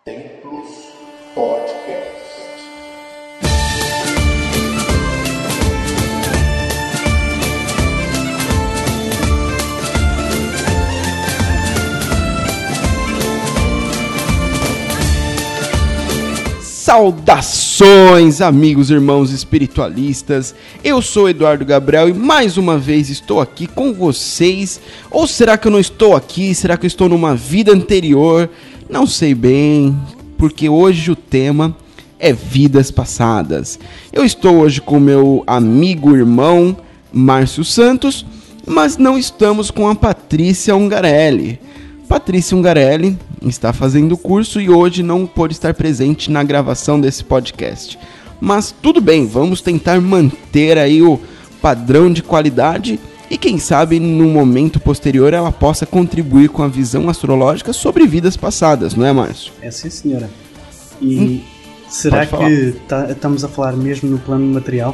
Templos Podcast. Saudações, amigos, irmãos espiritualistas. Eu sou Eduardo Gabriel e mais uma vez estou aqui com vocês. Ou será que eu não estou aqui? Será que eu estou numa vida anterior? Não sei bem, porque hoje o tema é vidas passadas. Eu estou hoje com meu amigo irmão Márcio Santos, mas não estamos com a Patrícia Ungarelli. Patrícia Ungarelli está fazendo o curso e hoje não pôde estar presente na gravação desse podcast. Mas tudo bem, vamos tentar manter aí o padrão de qualidade e quem sabe no momento posterior ela possa contribuir com a visão astrológica sobre vidas passadas, não é, Márcio? É sim, senhora. E será que estamos a falar mesmo no plano material?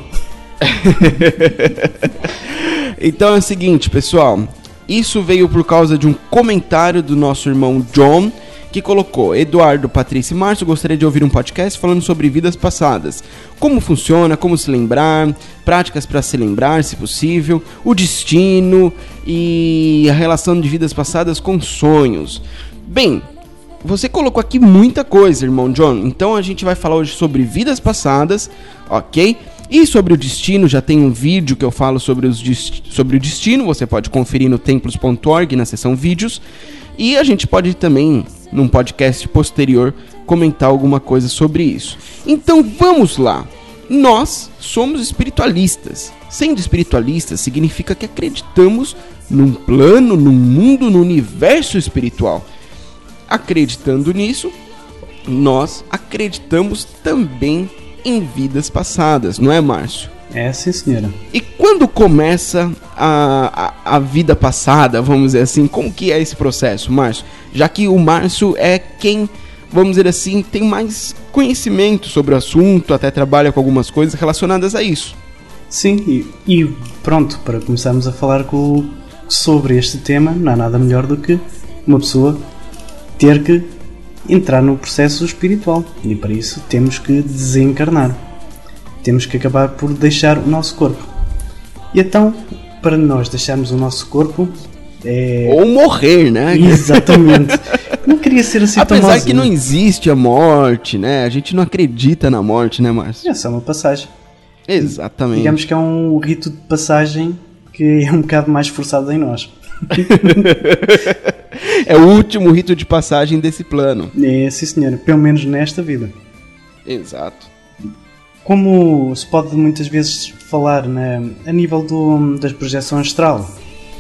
Então é o seguinte, pessoal. Isso veio por causa de um comentário do nosso irmão John, que colocou: Eduardo, Patrícia e Márcio, gostaria de ouvir um podcast falando sobre vidas passadas. Como funciona, como se lembrar, práticas para se lembrar, se possível, o destino e a relação de vidas passadas com sonhos. Bem, você colocou aqui muita coisa, irmão John, então a gente vai falar hoje sobre vidas passadas, ok? E sobre o destino, já tem um vídeo que eu falo sobre o destino, você pode conferir no templos.org, na seção vídeos. E a gente pode também, num podcast posterior, comentar alguma coisa sobre isso. Então vamos lá. Nós somos espiritualistas. Sendo espiritualistas significa que acreditamos num plano, num mundo, no universo espiritual. Acreditando nisso, nós acreditamos também em vidas passadas, não é, Márcio? É, sim, senhora. E quando começa a vida passada, vamos dizer assim, como que é esse processo, Márcio? Já que o Márcio é quem, vamos dizer assim, tem mais conhecimento sobre o assunto, até trabalha com algumas coisas relacionadas a isso. Sim, e pronto, para começarmos a falar sobre este tema, não há nada melhor do que uma pessoa ter que entrar no processo espiritual, e para isso temos que desencarnar, temos que acabar por deixar o nosso corpo. E então, para nós deixarmos o nosso corpo ou morrer, né? Exatamente. Não queria ser assim tão apesar que não existe a morte, né? A gente não acredita na morte, né, Márcio? É só uma passagem. Exatamente. Digamos que é um rito de passagem que é um bocado mais forçado em nós. É o último rito de passagem desse plano. É, sim, senhora. Pelo menos nesta vida. Exato. Como se pode muitas vezes falar a nível das projeções astral,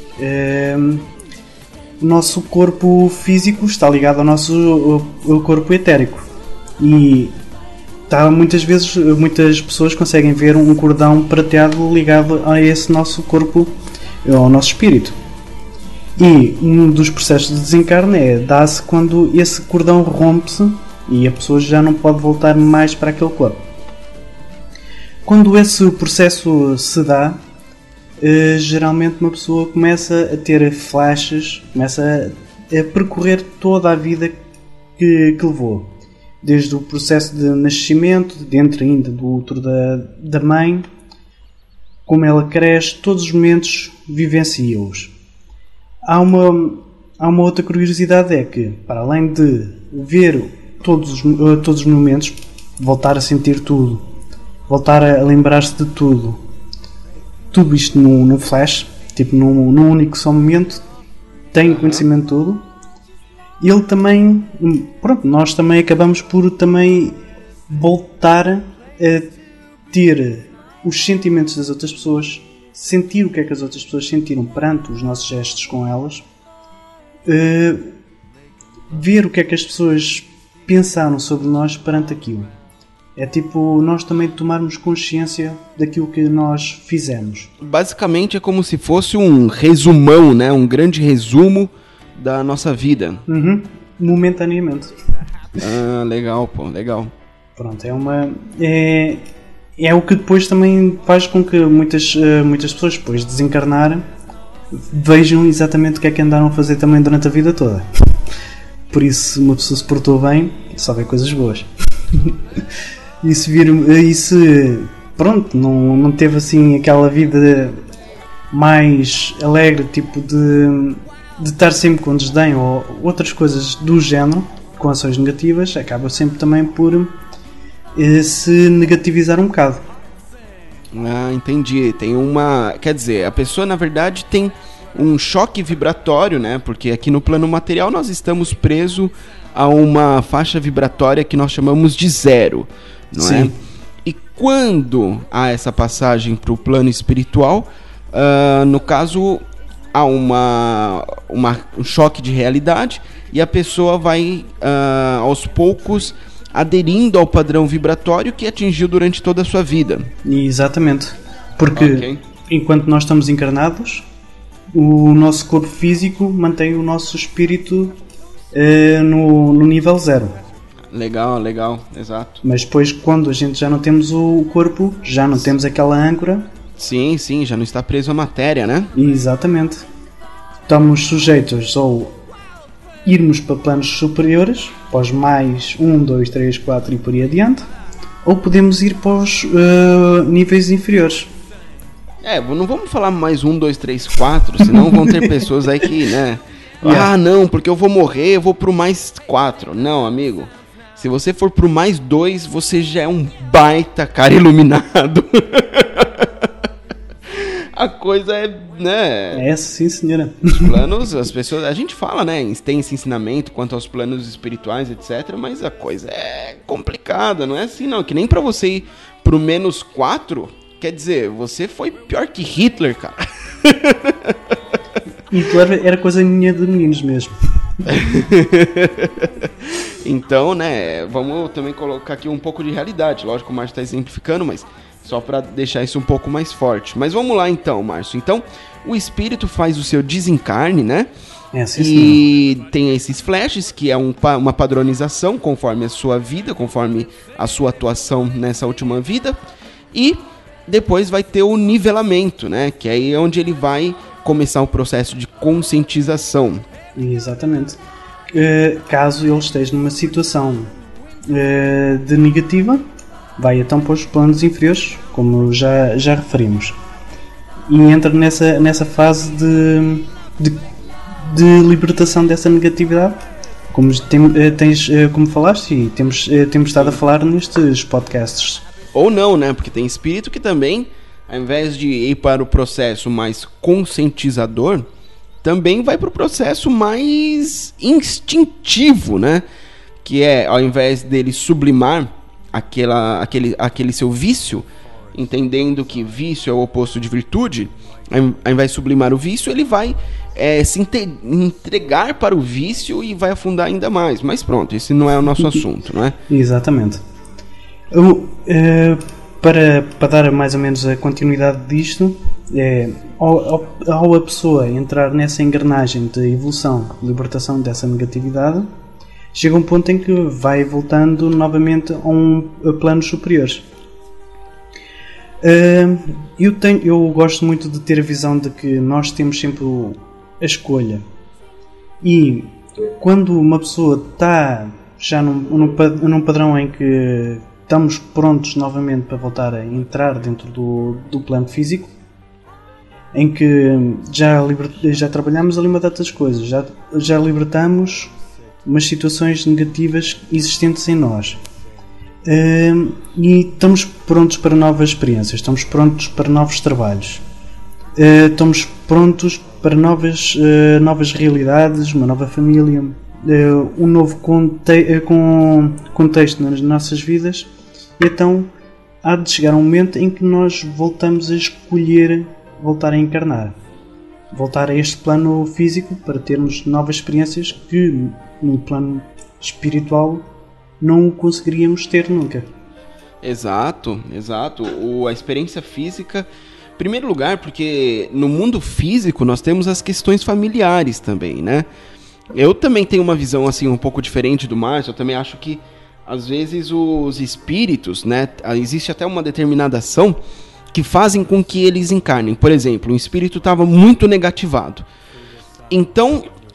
o nosso corpo físico está ligado ao nosso corpo etérico. E muitas vezes muitas pessoas conseguem ver um cordão prateado ligado a esse nosso corpo, ao nosso espírito. E um dos processos de desencarne dá-se quando esse cordão rompe-se e a pessoa já não pode voltar mais para aquele corpo. Quando esse processo se dá, geralmente uma pessoa começa a ter flashes, começa a percorrer toda a vida que levou. Desde o processo de nascimento, dentro ainda do útero da mãe, como ela cresce, todos os momentos vivencia-os. Há uma outra curiosidade, é que, para além de ver todos os momentos, voltar a sentir tudo, voltar a lembrar-se de tudo isto num flash, tipo num único só momento, tem conhecimento de tudo. E ele também, nós também acabamos por também voltar a ter os sentimentos das outras pessoas, sentir o que é que as outras pessoas sentiram perante os nossos gestos com elas, ver o que é que as pessoas pensaram sobre nós perante aquilo. É tipo nós também tomarmos consciência daquilo que nós fizemos. Basicamente é como se fosse um resumão, né? Um grande resumo da nossa vida. Momentaneamente. Ah, legal, pô, legal. Pronto, é o que depois também faz com que muitas pessoas, depois de desencarnar, vejam exatamente o que é que andaram a fazer também durante a vida toda. Por isso, se uma pessoa se portou bem, só vê coisas boas. E se pronto, não teve assim aquela vida mais alegre, tipo de estar sempre com desdém ou outras coisas do género, com ações negativas, acaba sempre também por se negativizar um bocado. Ah, entendi. Quer dizer, a pessoa na verdade tem um choque vibratório, né? Porque aqui no plano material nós estamos presos a uma faixa vibratória que nós chamamos de 0, não Sim. é? E quando há essa passagem para o plano espiritual, no caso há um choque de realidade e a pessoa vai aos poucos aderindo ao padrão vibratório que atingiu durante toda a sua vida. Exatamente. Porque enquanto nós estamos encarnados, o nosso corpo físico mantém o nosso espírito no nível 0. Legal, exato. Mas depois, quando a gente já não temos o corpo, já não temos aquela âncora. Sim, já não está preso à matéria, né? Exatamente. Estamos sujeitos ou irmos para planos superiores, para os mais 1, 2, 3, 4 e por aí adiante, ou podemos ir para os níveis inferiores. Não vamos falar mais 1, 2, 3, 4, senão vão ter pessoas aí que, né? Yeah. Ah, não, porque eu vou morrer, eu vou pro mais 4. Não, amigo. Se você for pro mais 2, você já é um baita cara iluminado. A coisa é, né? É, sim, senhora. Os planos, as pessoas... A gente fala, né? Tem esse ensinamento quanto aos planos espirituais, etc. Mas a coisa é complicada, não é assim, não. Que nem pra você ir pro menos 4... Quer dizer, você foi pior que Hitler, cara. Hitler era coisa minha de meninos mesmo. Então, né, vamos também colocar aqui um pouco de realidade. Lógico, o Márcio está exemplificando, mas só para deixar isso um pouco mais forte. Mas vamos lá então, Márcio. Então, o espírito faz o seu desencarne, né? Sim, e tem esses flashes, que é uma padronização conforme a sua vida, conforme a sua atuação nessa última vida. E depois vai ter o nivelamento, né? Que aí é onde ele vai começar o processo de conscientização. Exatamente. Caso ele esteja numa situação de negativa, vai então para os planos inferiores, como já referimos. E entra nessa fase de libertação dessa negatividade, como falaste, e temos estado a falar nestes podcasts. Ou não, né? Porque tem espírito que também, ao invés de ir para o processo mais conscientizador, também vai para o processo mais instintivo, né? Que é, ao invés dele sublimar aquele seu vício, entendendo que vício é o oposto de virtude, ao invés de sublimar o vício, ele vai se entregar para o vício e vai afundar ainda mais. Mas pronto, esse não é o nosso assunto, não é? Exatamente. Para dar mais ou menos a continuidade disto, ao a pessoa entrar nessa engrenagem de evolução, de libertação dessa negatividade, chega um ponto em que vai voltando novamente a planos superiores. Eu gosto muito de ter a visão de que nós temos sempre a escolha, e quando uma pessoa está já num padrão em que estamos prontos novamente para voltar a entrar dentro do plano físico, em que já trabalhamos ali uma data das coisas, já libertamos umas situações negativas existentes em nós, e estamos prontos para novas experiências, estamos prontos para novos trabalhos, estamos prontos para novas realidades, uma nova família, um novo contexto nas nossas vidas. Então há de chegar um momento em que nós voltamos a escolher voltar a encarnar, voltar a este plano físico para termos novas experiências que no plano espiritual não conseguiríamos ter nunca. Exato. A experiência física, em primeiro lugar, porque no mundo físico nós temos as questões familiares também, né? Eu também tenho uma visão assim um pouco diferente do Márcio. Eu também acho que às vezes os espíritos, né, existe até uma determinada ação que fazem com que eles encarnem. Por exemplo, um espírito estava muito negativado. Então,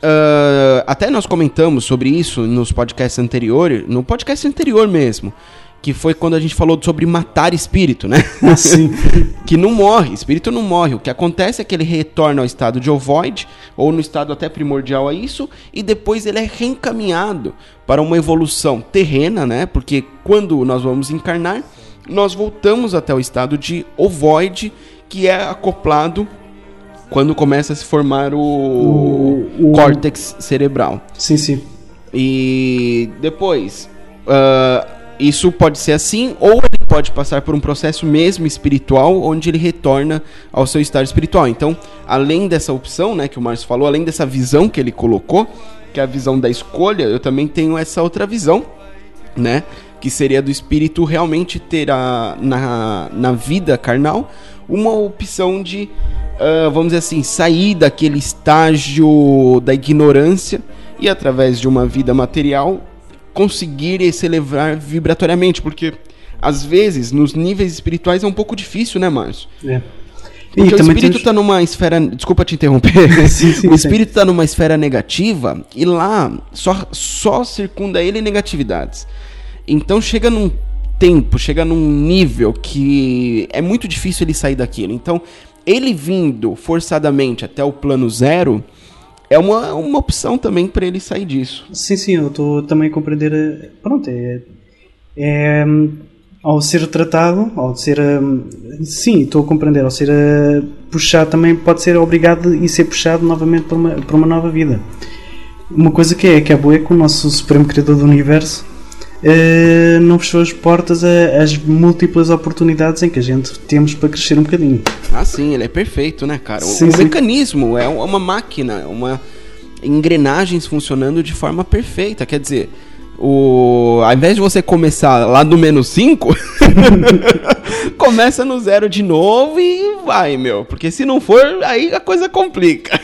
até nós comentamos sobre isso nos podcasts anteriores, no podcast anterior mesmo, que foi quando a gente falou sobre matar espírito, né? Assim. Que não morre, espírito não morre. O que acontece é que ele retorna ao estado de ovoide, ou no estado até primordial a isso, e depois ele é reencaminhado para uma evolução terrena, né? Porque quando nós vamos encarnar, nós voltamos até o estado de ovoide, que é acoplado quando começa a se formar o córtex cerebral. Sim, sim. E depois, isso pode ser assim, ou ele pode passar por um processo mesmo espiritual, onde ele retorna ao seu estado espiritual. Então, além dessa opção, né, que o Márcio falou, além dessa visão que ele colocou, que é a visão da escolha, eu também tenho essa outra visão, né, que seria do espírito realmente ter na vida carnal uma opção de, vamos dizer assim, sair daquele estágio da ignorância e, através de uma vida material, conseguir se elevar vibratoriamente, porque às vezes nos níveis espirituais é um pouco difícil, né, Márcio? Porque o espírito está numa esfera... Desculpa te interromper. Sim, o espírito está numa esfera negativa e lá só circunda ele negatividades. Então chega num tempo, chega num nível que é muito difícil ele sair daquilo. Então, ele vindo forçadamente até o plano zero é uma opção também para ele sair disso. Sim, eu estou também a compreender. Pronto, ao ser tratado, ao ser. Sim, estou a compreender. Ao ser puxado, também pode ser obrigado e ser puxado novamente para uma nova vida. Uma coisa que é boa é que o nosso Supremo Criador do Universo não fechou as portas às múltiplas oportunidades em que a gente temos para crescer um bocadinho. Ah, sim, ele é perfeito, né, cara? Sim. Mecanismo é uma máquina, engrenagens funcionando de forma perfeita. Quer dizer, ao invés de você começar lá do -5, começa no 0 de novo e vai, meu. Porque se não for, aí a coisa complica.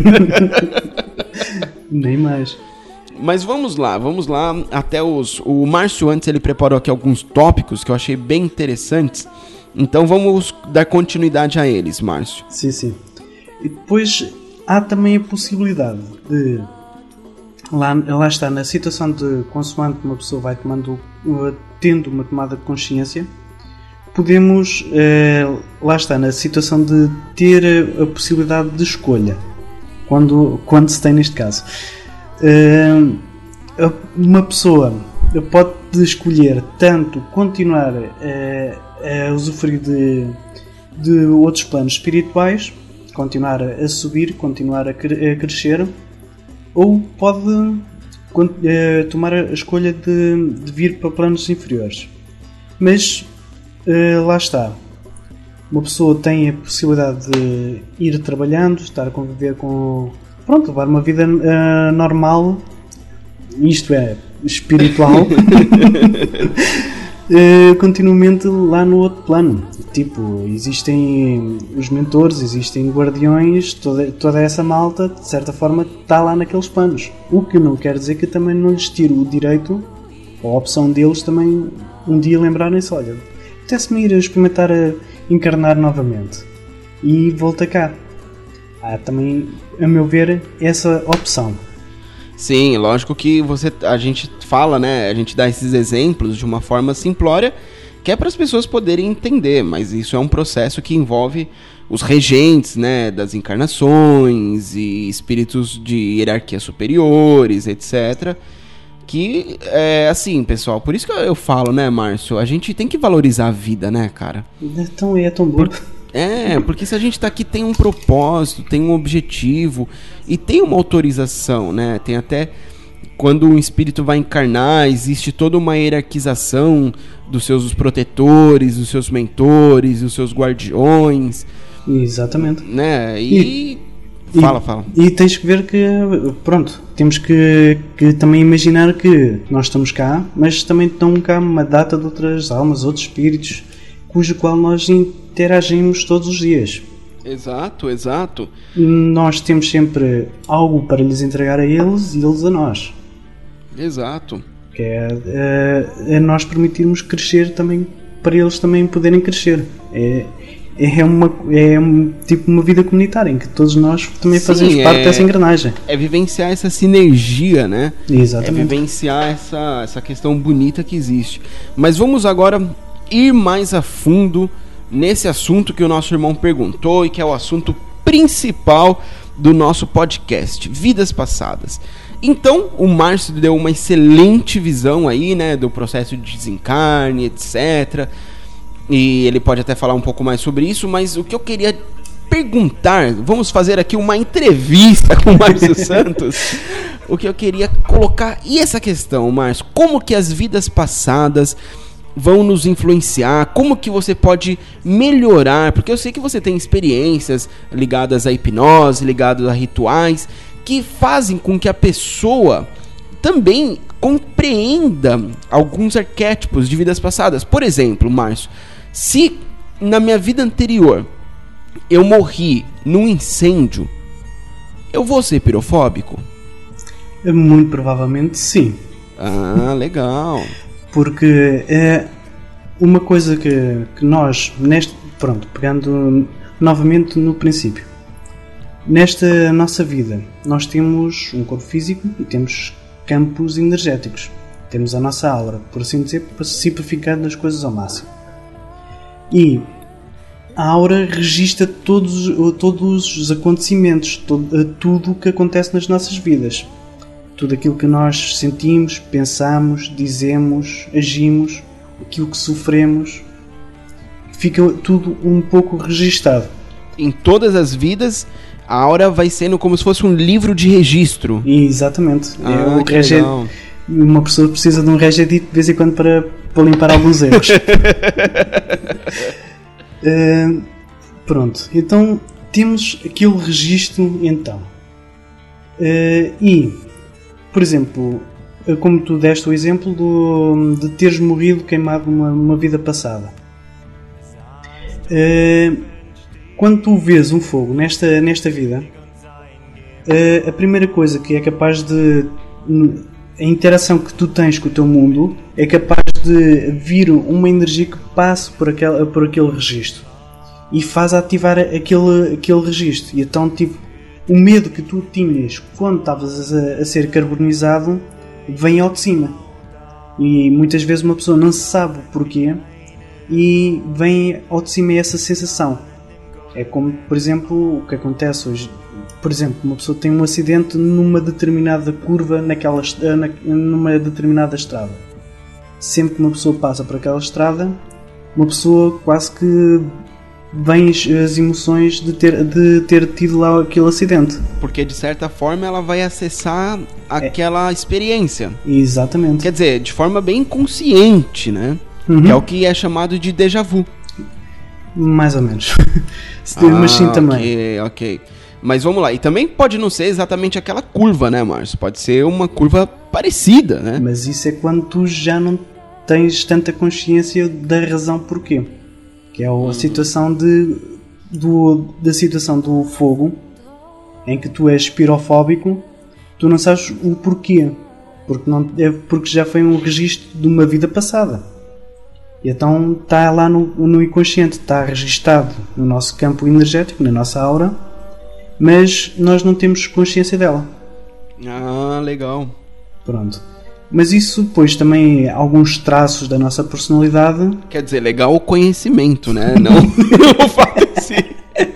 Nem mais. Mas vamos lá, até o Márcio antes ele preparou aqui alguns tópicos que eu achei bem interessantes, então vamos dar continuidade a eles, Márcio. Sim. E depois há também a possibilidade de, lá está, na situação de consoante uma pessoa vai tendo uma tomada de consciência, podemos, lá está, na situação de ter a possibilidade de escolha, quando se tem neste caso. Uma pessoa pode escolher tanto continuar a usufruir de outros planos espirituais, continuar a subir, continuar a crescer, ou pode tomar a escolha de vir para planos inferiores. Mas lá está, uma pessoa tem a possibilidade de ir trabalhando, estar a conviver com... Pronto, levar uma vida normal, isto é, espiritual, continuamente lá no outro plano. Tipo, existem os mentores, existem guardiões, toda essa malta, de certa forma, está lá naqueles planos. O que não quer dizer que também não lhes tire o direito, ou a opção deles também um dia lembrarem-se, olha, apetece-me ir a experimentar encarnar novamente. E volta cá. Há também, a meu ver, essa opção. Sim, lógico que a gente fala, né? A gente dá esses exemplos de uma forma simplória, que é para as pessoas poderem entender, mas isso é um processo que envolve os regentes, né, das encarnações e espíritos de hierarquias superiores, etc. Que é assim, pessoal, por isso que eu falo, né, Márcio? A gente tem que valorizar a vida, né, cara? Então é tão bom. Porque se a gente tá aqui tem um propósito, tem um objetivo e tem uma autorização, né? Tem até quando um espírito vai encarnar, existe toda uma hierarquização dos seus protetores, dos seus mentores, dos seus guardiões. Exatamente. Né? Fala. E tens que ver que, pronto, temos que também imaginar que nós estamos cá, mas também estão cá uma data de outras almas, outros espíritos, cujo qual nós interagimos todos os dias. Exato. Nós temos sempre algo para lhes entregar a eles e eles a nós. Exato. Que é nós permitirmos crescer também, para eles também poderem crescer. tipo uma vida comunitária em que todos nós também Sim, fazemos parte dessa engrenagem. É vivenciar essa sinergia, né? Exatamente. É vivenciar essa questão bonita que existe. Mas vamos agora ir mais a fundo nesse assunto que o nosso irmão perguntou e que é o assunto principal do nosso podcast, vidas passadas. Então, o Márcio deu uma excelente visão aí, né, do processo de desencarne, etc. E ele pode até falar um pouco mais sobre isso, mas o que eu queria perguntar, vamos fazer aqui uma entrevista com o Márcio Santos. O que eu queria colocar, e essa questão, Márcio, como que as vidas passadas vão nos influenciar, como que você pode melhorar, porque eu sei que você tem experiências ligadas à hipnose, ligadas a rituais, que fazem com que a pessoa também compreenda alguns arquétipos de vidas passadas. Por exemplo, Márcio, se na minha vida anterior eu morri num incêndio, eu vou ser pirofóbico? Muito provavelmente sim. Ah, legal. Porque é uma coisa que nós, pegando novamente no princípio, nesta nossa vida, nós temos um corpo físico e temos campos energéticos. Temos a nossa aura, por assim dizer, para simplificar as coisas ao máximo. E a aura registra todos os acontecimentos, tudo o que acontece nas nossas vidas. Tudo aquilo que nós sentimos, pensamos, dizemos, agimos, aquilo que sofremos, fica tudo um pouco registado. Em todas as vidas, a aura vai sendo como se fosse um livro de registro. Exatamente. Que legal. Uma pessoa precisa de um regedito de vez em quando para limpar alguns erros. Pronto, então temos aquele registro então. E, por exemplo, como tu deste o exemplo de teres morrido queimado numa vida passada. Quando tu vês um fogo nesta vida, a primeira coisa que é capaz de... A interação que tu tens com o teu mundo é capaz de vir uma energia que passe por aquele registro e faz ativar aquele registro. E então, tipo, o medo que tu tinhas quando estavas a ser carbonizado vem ao de cima. E muitas vezes uma pessoa não sabe o porquê e vem ao de cima essa sensação. É como, por exemplo, o que acontece hoje. Por exemplo, uma pessoa tem um acidente numa determinada curva numa determinada estrada. Sempre que uma pessoa passa por aquela estrada, uma pessoa quase que vem as emoções de ter tido lá aquele acidente. Porque de certa forma ela vai acessar aquela experiência. Exatamente. Quer dizer, de forma bem consciente, né? Uhum. Que é o que é chamado de déjà vu. Mais ou menos. Mas sim também. Ok. Mas vamos lá, e também pode não ser exatamente aquela curva, né, Márcio? Pode ser uma curva parecida, né? Mas isso é quando tu já não tens tanta consciência da razão porquê. Que é a situação da situação do fogo, em que tu és pirofóbico, tu não sabes o porquê. Porque já foi um registro de uma vida passada. E então está lá no inconsciente, está registado no nosso campo energético, na nossa aura, mas nós não temos consciência dela. Ah, legal. Pronto. Mas isso depois também alguns traços da nossa personalidade. Quer dizer, legal o conhecimento, né? Não o fato em si.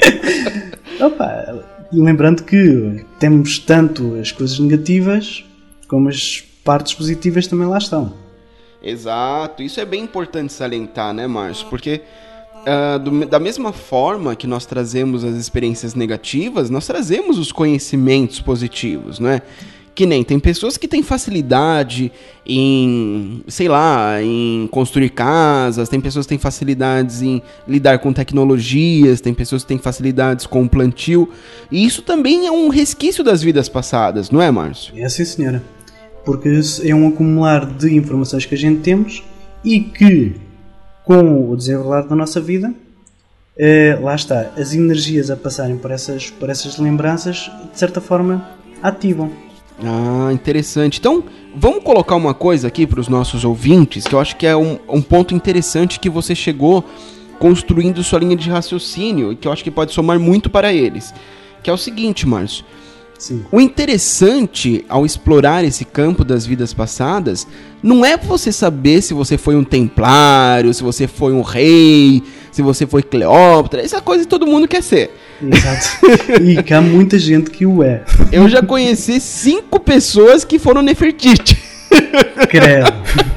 Opa, lembrando que temos tanto as coisas negativas como as partes positivas também lá estão. Exato, isso é bem importante salientar, né, Márcio? Porque da mesma forma que nós trazemos as experiências negativas, nós trazemos os conhecimentos positivos, não é? Que nem tem pessoas que têm facilidade em, sei lá, em construir casas, tem pessoas que têm facilidades em lidar com tecnologias, tem pessoas que têm facilidades com o plantio, e isso também é um resquício das vidas passadas, não é, Márcio? É sim, senhora. Porque é um acumular de informações que a gente temos e que, com o desenrolar da nossa vida, lá está, as energias a passarem por essas lembranças, de certa forma, ativam. Ah, interessante. Então, vamos colocar uma coisa aqui para os nossos ouvintes, que eu acho que é um ponto interessante que você chegou construindo sua linha de raciocínio, e que eu acho que pode somar muito para eles. Que é o seguinte, Márcio. Sim. O interessante ao explorar esse campo das vidas passadas não é você saber se você foi um templário, se você foi um rei, se você foi Cleópatra, essa coisa que todo mundo quer ser. Exato. E que há muita gente que o é. Eu já conheci 5 pessoas que foram Nefertiti. Credo.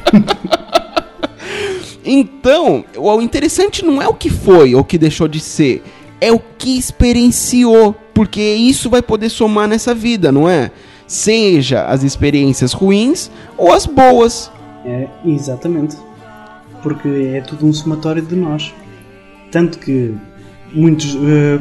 Então, o interessante não é o que foi ou o que deixou de ser, é o que experienciou, porque isso vai poder somar nessa vida, não é? Seja as experiências ruins ou as boas. É, exatamente. Porque é tudo um somatório de nós. Tanto que muitos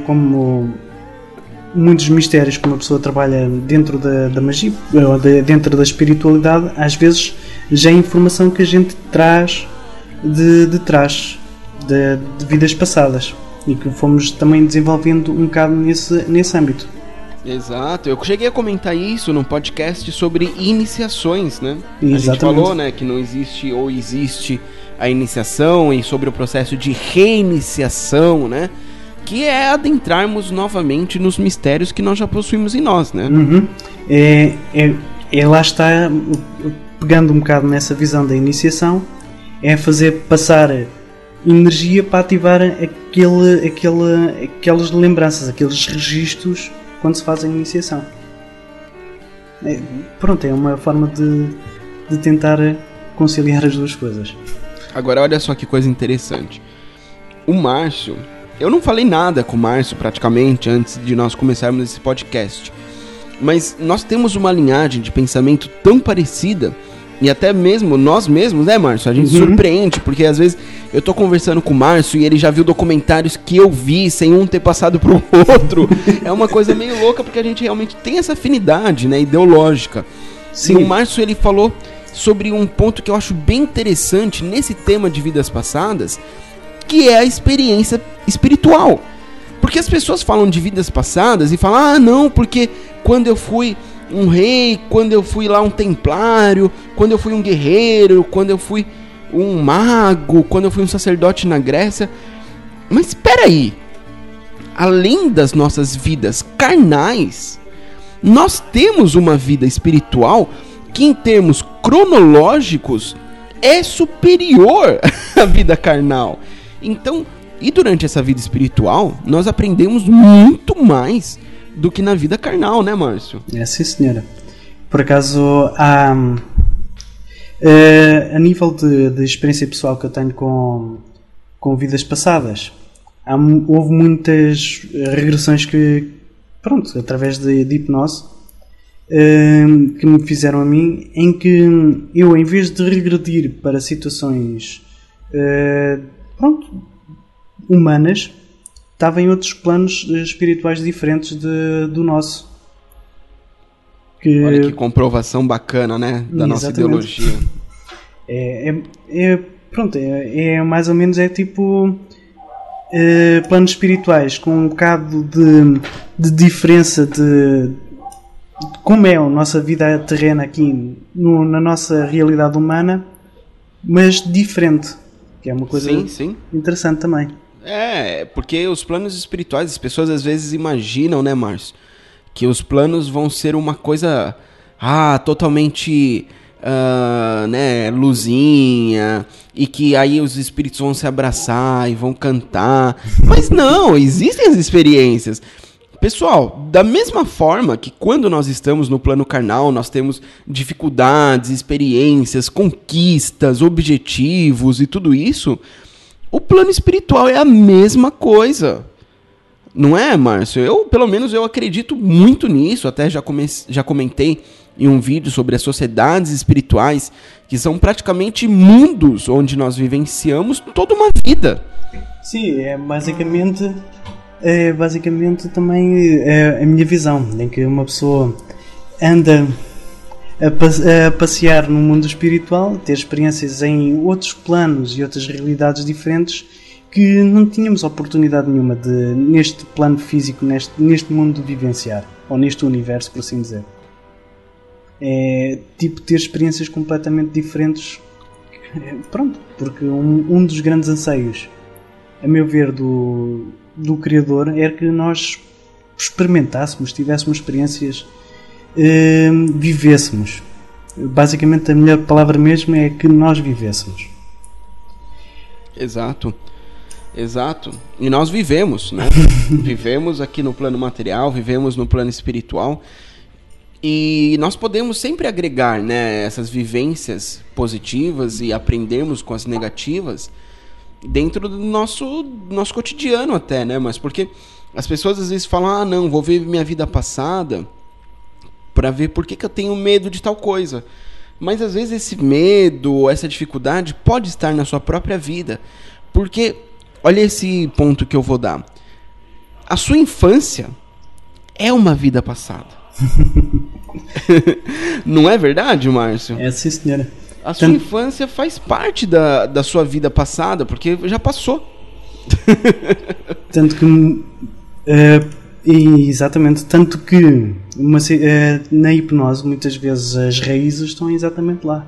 mistérios que uma pessoa trabalha dentro da magia, dentro da espiritualidade, às vezes já é informação que a gente traz de trás, de vidas passadas, e que fomos também desenvolvendo um bocado nesse âmbito. Exato, eu cheguei a comentar isso num podcast sobre iniciações, né? Exatamente. A gente falou, né, que não existe ou existe a iniciação, e sobre o processo de reiniciação, né? Que é adentrarmos novamente nos mistérios que nós já possuímos em nós, né? Uhum. Lá está, pegando um bocado nessa visão da iniciação, é fazer passar energia para ativar aquelas lembranças, aqueles registros quando se faz a iniciação. Pronto, é uma forma de tentar conciliar as duas coisas. Agora olha só que coisa interessante. O Márcio, eu não falei nada com o Márcio praticamente antes de nós começarmos esse podcast, mas nós temos uma linhagem de pensamento tão parecida. E até mesmo nós mesmos, né, Márcio? A gente surpreende, porque às vezes eu tô conversando com o Márcio e ele já viu documentários que eu vi sem um ter passado pro outro. É uma coisa meio louca, porque a gente realmente tem essa afinidade, né, ideológica. Sim. E o Márcio, ele falou sobre um ponto que eu acho bem interessante nesse tema de vidas passadas, que é a experiência espiritual. Porque as pessoas falam de vidas passadas e falam, ah, não, porque quando eu fui um rei, quando eu fui lá um templário, quando eu fui um guerreiro, quando eu fui um mago, quando eu fui um sacerdote na Grécia. Mas espera aí, além das nossas vidas carnais, nós temos uma vida espiritual que em termos cronológicos é superior à vida carnal. Então, e durante essa vida espiritual, nós aprendemos muito mais do que na vida carnal, né, Márcio? É, sim, senhora. Por acaso, a nível de experiência pessoal que eu tenho com vidas passadas, houve muitas regressões que, pronto, através de hipnose, que me fizeram a mim, em que eu, em vez de regredir para situações, humanas, estava em outros planos espirituais diferentes do nosso. Olha que comprovação bacana, né? Da nossa ideologia. Mais ou menos tipo planos espirituais com um bocado de diferença de como é a nossa vida terrena aqui na nossa realidade humana, mas diferente, que é uma coisa sim. interessante também. É, porque os planos espirituais, as pessoas às vezes imaginam, né, Márcio, que os planos vão ser uma coisa totalmente né, luzinha, e que aí os espíritos vão se abraçar e vão cantar. Mas não, existem as experiências. Pessoal, da mesma forma que quando nós estamos no plano carnal, nós temos dificuldades, experiências, conquistas, objetivos e tudo isso, o plano espiritual é a mesma coisa. Não é, Márcio? Pelo menos eu acredito muito nisso. Até já comentei em um vídeo sobre as sociedades espirituais, que são praticamente mundos onde nós vivenciamos toda uma vida. Sim, basicamente também a minha visão, em que uma pessoa anda a passear no mundo espiritual, ter experiências em outros planos e outras realidades diferentes que não tínhamos oportunidade nenhuma de, neste plano físico, neste mundo, de vivenciar, ou neste universo, por assim dizer. É tipo ter experiências completamente diferentes, pronto, porque um dos grandes anseios a meu ver, do Criador era que nós experimentássemos, tivéssemos experiências, vivêssemos. Basicamente a melhor palavra mesmo é que nós vivêssemos. Exato. E nós vivemos, né? Vivemos aqui no plano material, vivemos no plano espiritual. E nós podemos sempre agregar, né, essas vivências positivas e aprendermos com as negativas dentro do nosso cotidiano até, né? Mas porque as pessoas às vezes falam, não, vou ver minha vida passada para ver por que eu tenho medo de tal coisa. Mas às vezes esse medo, essa dificuldade pode estar na sua própria vida. Porque, olha esse ponto que eu vou dar. A sua infância é uma vida passada. Não é verdade, Márcio? É sim, senhora. A sua infância faz parte da sua vida passada, porque já passou. Tanto que exatamente, tanto que na hipnose muitas vezes as raízes estão exatamente lá.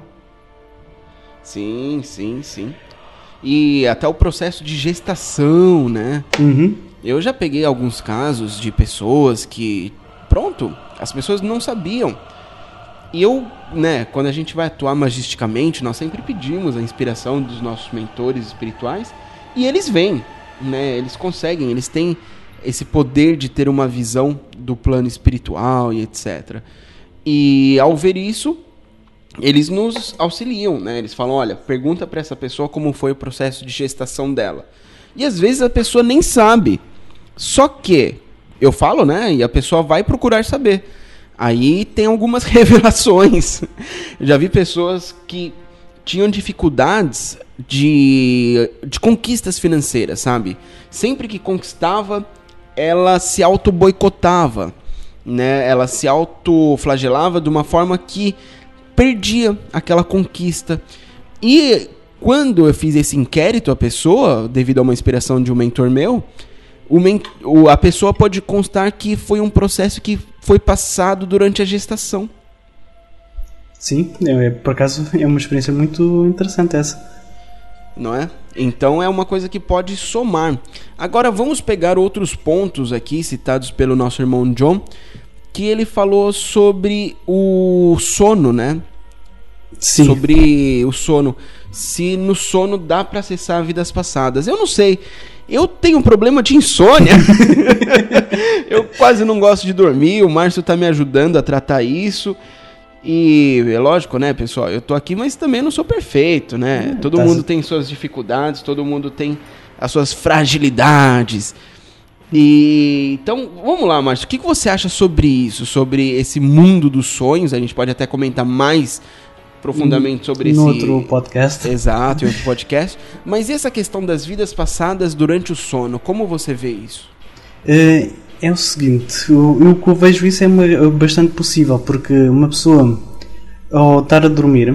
Sim. E até o processo de gestação, né? Uhum. Eu já peguei alguns casos de pessoas que, pronto, as pessoas não sabiam. E eu, né, quando a gente vai atuar magisticamente, nós sempre pedimos a inspiração dos nossos mentores espirituais e eles vêm, né? Eles conseguem, eles têm esse poder de ter uma visão do plano espiritual e etc. E ao ver isso, eles nos auxiliam, né? Eles falam, olha, pergunta para essa pessoa como foi o processo de gestação dela. E às vezes a pessoa nem sabe. Só que eu falo, né? E a pessoa vai procurar saber. Aí tem algumas revelações. Eu já vi pessoas que tinham dificuldades de conquistas financeiras, sabe? Sempre que conquistava, ela se auto-boicotava, né? Ela se auto-flagelava de uma forma que perdia aquela conquista. E quando eu fiz esse inquérito à pessoa, devido a uma inspiração de um mentor meu, a pessoa pode constar que foi um processo que foi passado durante a gestação. Sim, por acaso é uma experiência muito interessante essa. Não é? Então é uma coisa que pode somar. Agora vamos pegar outros pontos aqui citados pelo nosso irmão John, que ele falou sobre o sono, né? Sim. Sobre o sono. Se no sono dá para acessar vidas passadas. Eu não sei. Eu tenho um problema de insônia. Eu quase não gosto de dormir. O Márcio tá me ajudando a tratar isso. E é lógico, né, pessoal? Eu tô aqui, mas também não sou perfeito, né? Todo mundo tem suas dificuldades, todo mundo tem as suas fragilidades. E então, vamos lá, Márcio. O que você acha sobre isso? Sobre esse mundo dos sonhos? A gente pode até comentar mais profundamente sobre esse... No outro podcast. Exato, em outro podcast. Mas e essa questão das vidas passadas durante o sono? Como você vê isso? É o seguinte, o que eu vejo isso é bastante possível, porque uma pessoa, ao estar a dormir,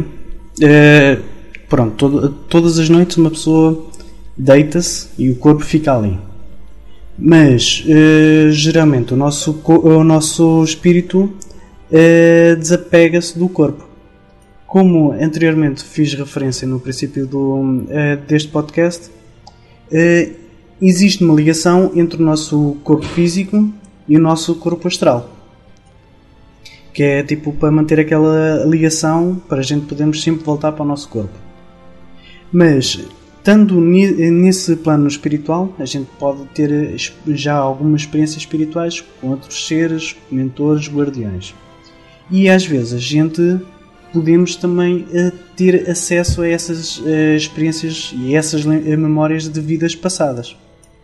todas as noites uma pessoa deita-se e o corpo fica ali. Mas, geralmente, o nosso espírito desapega-se do corpo. Como anteriormente fiz referência no princípio deste podcast, existe uma ligação entre o nosso corpo físico e o nosso corpo astral. Que é tipo para manter aquela ligação, para a gente podermos sempre voltar para o nosso corpo. Mas, estando nesse plano espiritual, a gente pode ter já algumas experiências espirituais com outros seres, mentores, guardiões. E às vezes a gente podemos também ter acesso a essas experiências e a essas memórias de vidas passadas.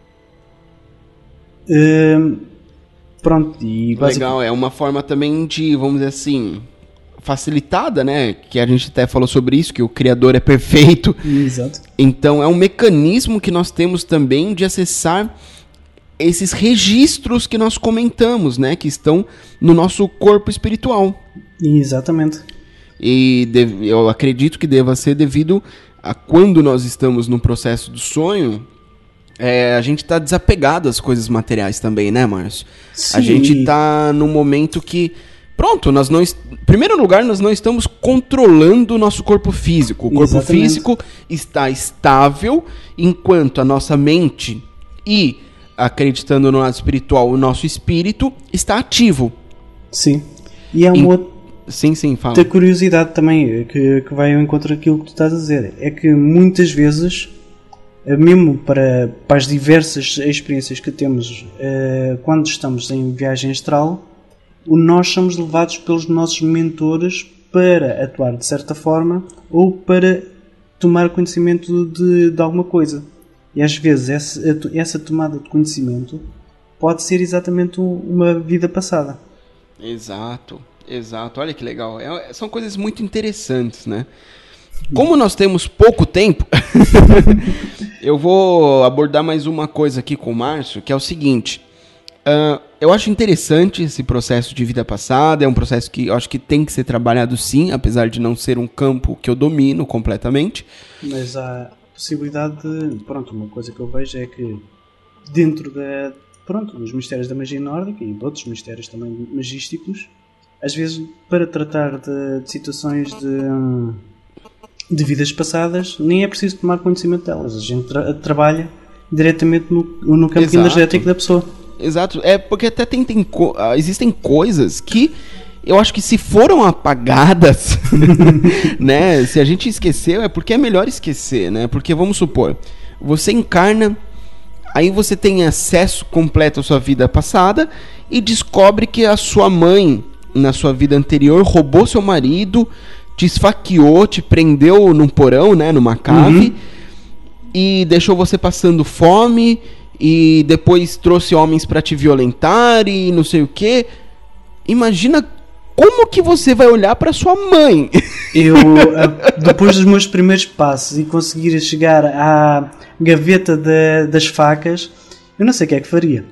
Pronto, e legal, é uma forma também de, vamos dizer assim, facilitada, né? Que a gente até falou sobre isso, que o Criador é perfeito. Exato. Então é um mecanismo que nós temos também de acessar esses registros que nós comentamos, né? Que estão no nosso corpo espiritual. Exatamente. E eu acredito que deva ser devido a quando nós estamos no processo do sonho, a gente está desapegado às coisas materiais também, né, Márcio? Sim. A gente está num momento que pronto, em primeiro lugar, nós não estamos controlando o nosso corpo físico. O corpo físico está estável, enquanto a nossa mente e, acreditando no lado espiritual, o nosso espírito está ativo. Sim. E é uma Sim, fala. outra curiosidade também, que vai ao encontro daquilo que tu estás a dizer. É que muitas vezes, mesmo para as diversas experiências que temos quando estamos em viagem astral, nós somos levados pelos nossos mentores para atuar de certa forma ou para tomar conhecimento de alguma coisa. E às vezes essa tomada de conhecimento pode ser exatamente uma vida passada. Exato. Olha que legal. São coisas muito interessantes, né? Como nós temos pouco tempo, eu vou abordar mais uma coisa aqui com o Márcio, que é o seguinte. Eu acho interessante esse processo de vida passada, é um processo que eu acho que tem que ser trabalhado sim, apesar de não ser um campo que eu domino completamente. Mas há possibilidade de... Pronto, uma coisa que eu vejo é que dentro dos mistérios da magia nórdica e de outros mistérios também magísticos, às vezes para tratar de situações de vidas passadas, nem é preciso tomar conhecimento delas. A gente trabalha diretamente no campo energético da pessoa. Exato, porque até existem coisas que eu acho que se foram apagadas, né, se a gente esqueceu, é porque é melhor esquecer, né, porque vamos supor, você encarna, aí você tem acesso completo à sua vida passada e descobre que a sua mãe, na sua vida anterior, roubou seu marido, te esfaqueou, te prendeu num porão, né, numa cave, e deixou você passando fome, e depois trouxe homens pra te violentar e não sei o que. Imagina como que você vai olhar pra sua mãe. Eu, depois dos meus primeiros passos e conseguir chegar à gaveta das facas, eu não sei o que é que faria.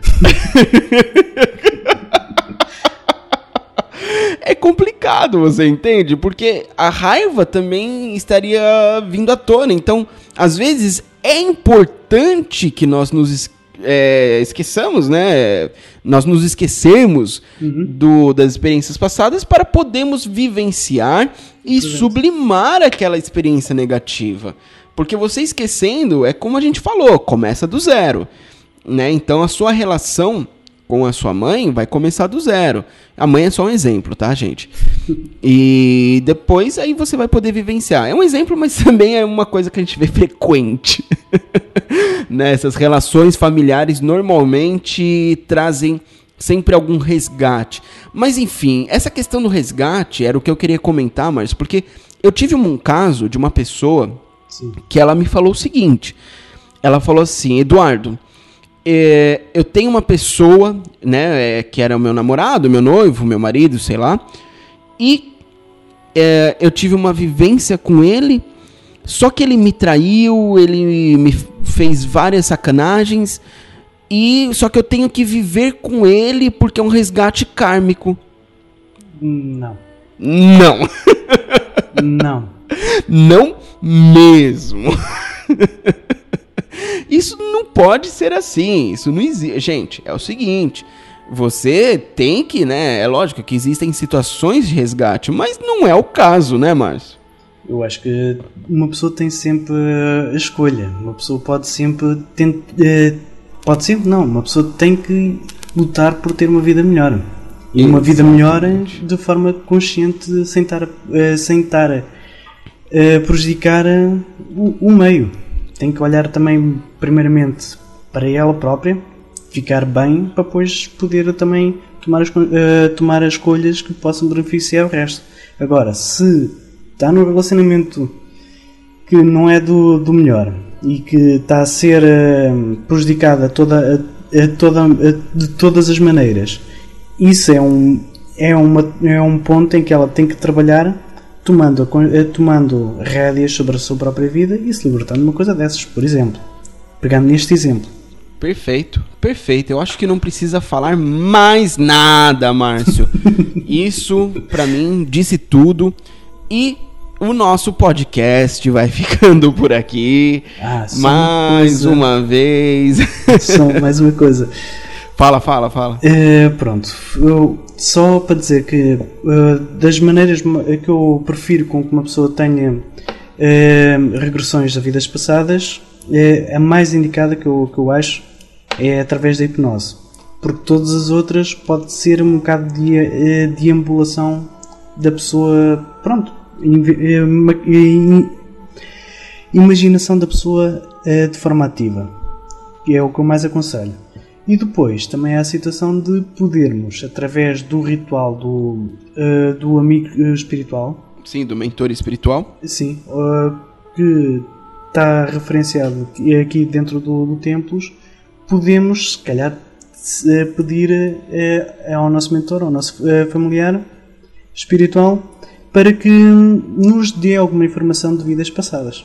É complicado, você entende? Porque a raiva também estaria vindo à tona. Então, às vezes, é importante que nós nos esqueçamos, né? Nós nos esquecemos das experiências passadas para podermos vivenciar e sublimar aquela experiência negativa. Porque você esquecendo, é como a gente falou, começa do zero, né? Então, a sua relação com a sua mãe vai começar do zero. A mãe é só um exemplo, tá, gente? E depois aí você vai poder vivenciar. É um exemplo, mas também é uma coisa que a gente vê frequente. Né? Essas relações familiares normalmente trazem sempre algum resgate. Mas enfim, essa questão do resgate era o que eu queria comentar, Márcio, porque eu tive um caso de uma pessoa que ela me falou o seguinte. Ela falou assim: Eduardo, eu tenho uma pessoa, né, que era o meu namorado, meu noivo, meu marido, sei lá, e eu tive uma vivência com ele, só que ele me traiu, ele me fez várias sacanagens, só que eu tenho que viver com ele porque é um resgate kármico. Não. Não. Não. Não mesmo. Isso não pode ser assim, isso não existe. Gente, é o seguinte, você tem que, né, é lógico que existem situações de resgate, mas não é o caso, né, Márcio? Eu acho que uma pessoa tem sempre a escolha, uma pessoa pode sempre uma pessoa tem que lutar por ter uma vida melhor. E uma vida melhor de forma consciente, sem estar a prejudicar o meio. Tem que olhar também, primeiramente, para ela própria, ficar bem, para depois poder também tomar as escolhas que possam beneficiar o resto. Agora, se está num relacionamento que não é do melhor e que está a ser prejudicada de todas as maneiras, isso é um ponto em que ela tem que trabalhar tomando rédeas sobre a sua própria vida e se libertando de uma coisa dessas, por exemplo. Pegando neste exemplo. Perfeito. Eu acho que não precisa falar mais nada, Márcio. Isso, pra mim, disse tudo. E o nosso podcast vai ficando por aqui. Mais uma vez. Mais uma coisa. Fala. Pronto, só para dizer que das maneiras que eu prefiro com que uma pessoa tenha regressões a vidas passadas, a mais indicada que eu acho é através da hipnose, porque todas as outras pode ser um bocado de deambulação da pessoa, pronto, imaginação da pessoa de forma ativa, que é o que eu mais aconselho. E depois também há a situação de podermos, através do ritual do amigo espiritual. Sim, do mentor espiritual. Sim, que está referenciado aqui dentro do Templos, podemos, se calhar, pedir ao nosso mentor, ao nosso familiar espiritual, para que nos dê alguma informação de vidas passadas.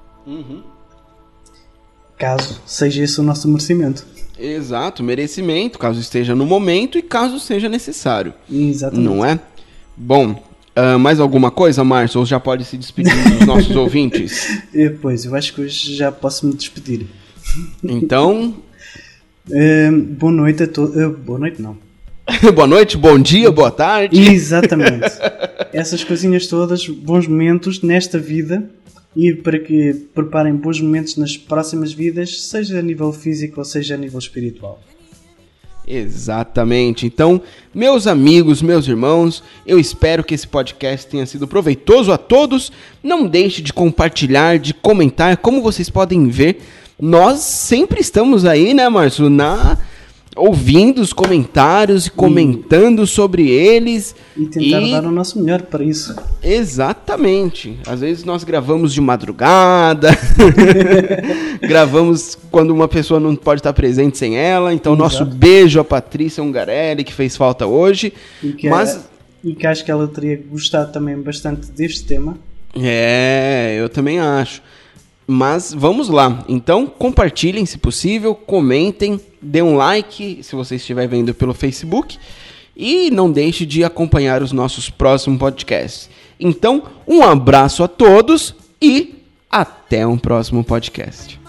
Caso seja esse o nosso merecimento. Exato, merecimento, caso esteja no momento e caso seja necessário. Exatamente. Não é? Bom, mais alguma coisa, Márcio? Ou já pode se despedir dos nossos ouvintes? Pois, eu acho que hoje já posso me despedir. Então... boa noite a todos. Boa noite, não. Boa noite, bom dia, boa tarde. Exatamente. Essas coisinhas todas, bons momentos nesta vida, e para que preparem bons momentos nas próximas vidas, seja a nível físico ou seja a nível espiritual. Exatamente. Então, meus amigos, meus irmãos, eu espero que esse podcast tenha sido proveitoso a todos. Não deixe de compartilhar, de comentar. Como vocês podem ver, nós sempre estamos aí, né, Márcio, ouvindo os comentários e comentando sobre eles. E tentar dar o nosso melhor para isso. Exatamente. Às vezes nós gravamos de madrugada, gravamos quando uma pessoa não pode estar presente sem ela. Então, nosso beijo a Patrícia Ungarelli, que fez falta hoje. E que acho que ela teria gostado também bastante deste tema. Eu também acho. Mas vamos lá. Então, compartilhem se possível, comentem, dê um like se você estiver vendo pelo Facebook e não deixe de acompanhar os nossos próximos podcasts. Então, um abraço a todos e até um próximo podcast.